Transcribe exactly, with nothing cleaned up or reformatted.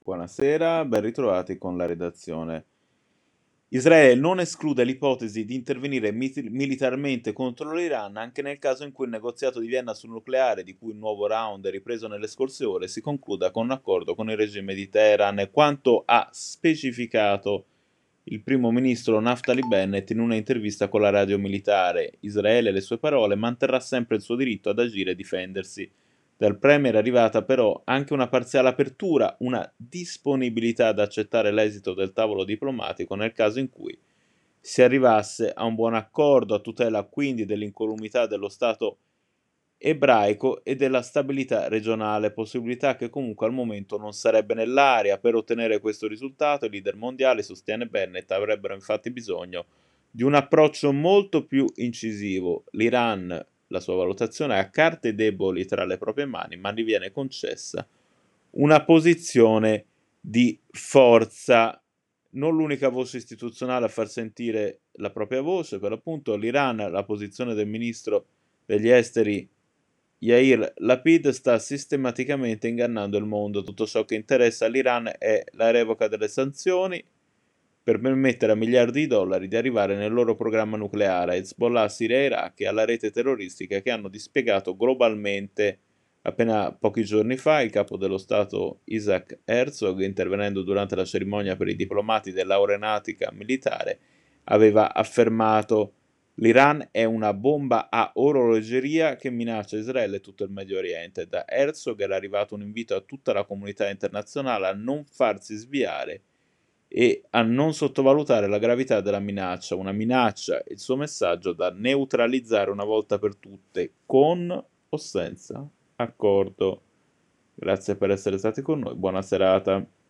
Buonasera, ben ritrovati con la redazione. Israele non esclude l'ipotesi di intervenire miti- militarmente contro l'Iran anche nel caso in cui il negoziato di Vienna sul nucleare, di cui il nuovo round è ripreso nelle scorse ore, si concluda con un accordo con il regime di Teheran, quanto ha specificato il primo ministro Naftali Bennett in una intervista con la radio militare. Israele, le sue parole, manterrà sempre il suo diritto ad agire e difendersi. Dal Premier è arrivata però anche una parziale apertura, una disponibilità ad accettare l'esito del tavolo diplomatico nel caso in cui si arrivasse a un buon accordo, a tutela quindi dell'incolumità dello Stato ebraico e della stabilità regionale, possibilità che comunque al momento non sarebbe nell'aria. Per ottenere questo risultato, i leader mondiali, sostiene Bennett, avrebbero infatti bisogno di un approccio molto più incisivo. L'Iran, la sua valutazione, ha carte deboli tra le proprie mani, ma gli viene concessa una posizione di forza. Non l'unica voce istituzionale a far sentire la propria voce, per l'appunto l'Iran, la posizione del ministro degli esteri Yair Lapid sta sistematicamente ingannando il mondo. Tutto ciò che interessa all'Iran è la revoca delle sanzioni per permettere a miliardi di dollari di arrivare nel loro programma nucleare, a Hezbollah, Siria e Iraq e alla rete terroristica che hanno dispiegato globalmente. Appena pochi giorni fa il capo dello Stato Isaac Herzog, intervenendo durante la cerimonia per i diplomati dell'aeronautica militare, aveva affermato: l'Iran è una bomba a orologeria che minaccia Israele e tutto il Medio Oriente. Da Herzog era arrivato un invito a tutta la comunità internazionale a non farsi sviare e a non sottovalutare la gravità della minaccia, una minaccia e il suo messaggio da neutralizzare una volta per tutte, con o senza accordo. Grazie per essere stati con noi, buona serata.